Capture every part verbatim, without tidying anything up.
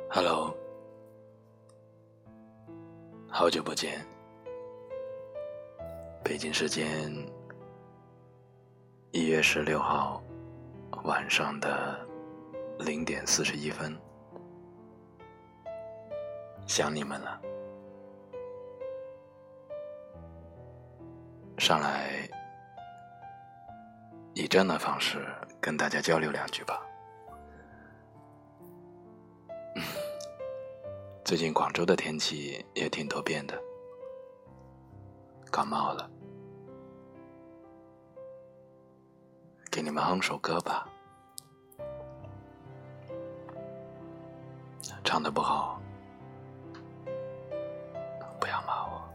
Hello， 好久不见。北京时间一月十六号晚上的零点四十一分，想你们了。上来以这样的方式跟大家交流两句吧。最近广州的天气也挺多变的，感冒了，给你们哼首歌吧，唱得不好不要骂我。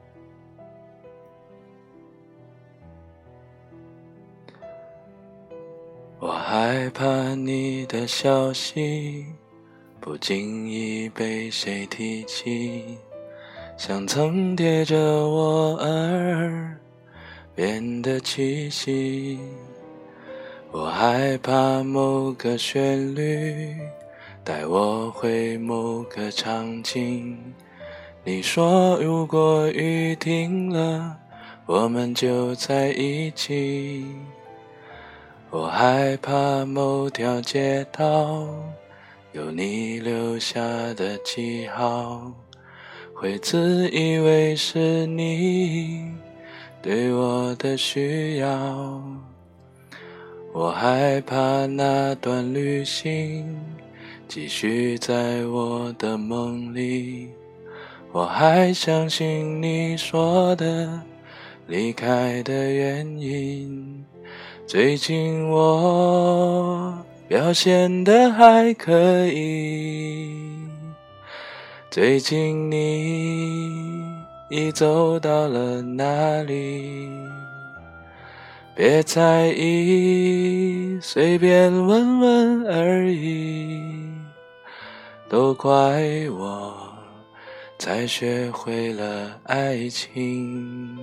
我害怕你的消息不经意被谁提起，像曾贴着我耳边的气息。我害怕某个旋律带我回某个场景，你说如果雨停了我们就在一起。我害怕某条街道有你留下的记号，会自以为是你对我的需要。我害怕那段旅行继续在我的梦里，我还相信你说的离开的原因。最近我表现得还可以，最近你已走到了哪里？别在意，随便问问而已，都怪我才学会了爱情。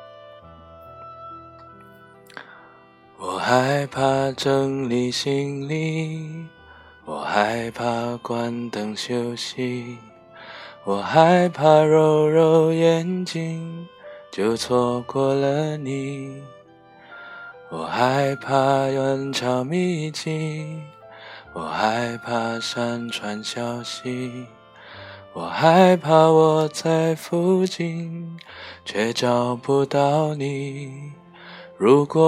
我害怕整理行李，我害怕关灯休息，我害怕揉揉眼睛就错过了你，我害怕人潮密集，我害怕山川消息，我害怕我在附近却找不到你。如果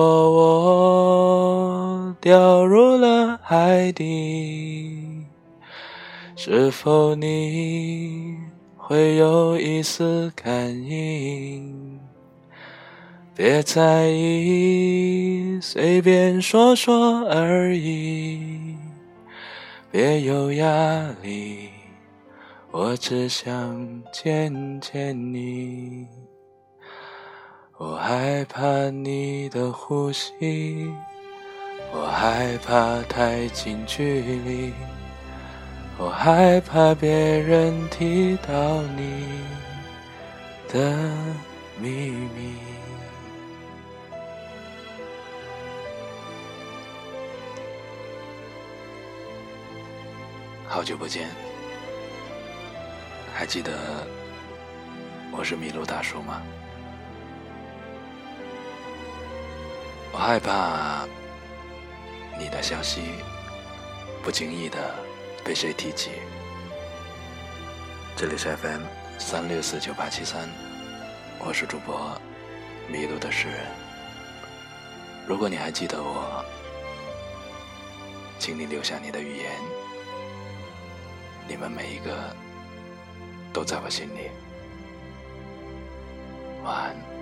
我掉入了海底，是否你会有一丝感应？别在意，随便说说而已，别有压力，我只想见见你。我害怕你的呼吸，我害怕太近距离，我害怕别人提到你的秘密。好久不见，还记得我是麋鹿大叔吗？我害怕你的消息不经意的被谁提起。这里是 F M 三六四九八七三，我是主播迷路的诗人。如果你还记得我，请你留下你的语言，你们每一个都在我心里。晚安。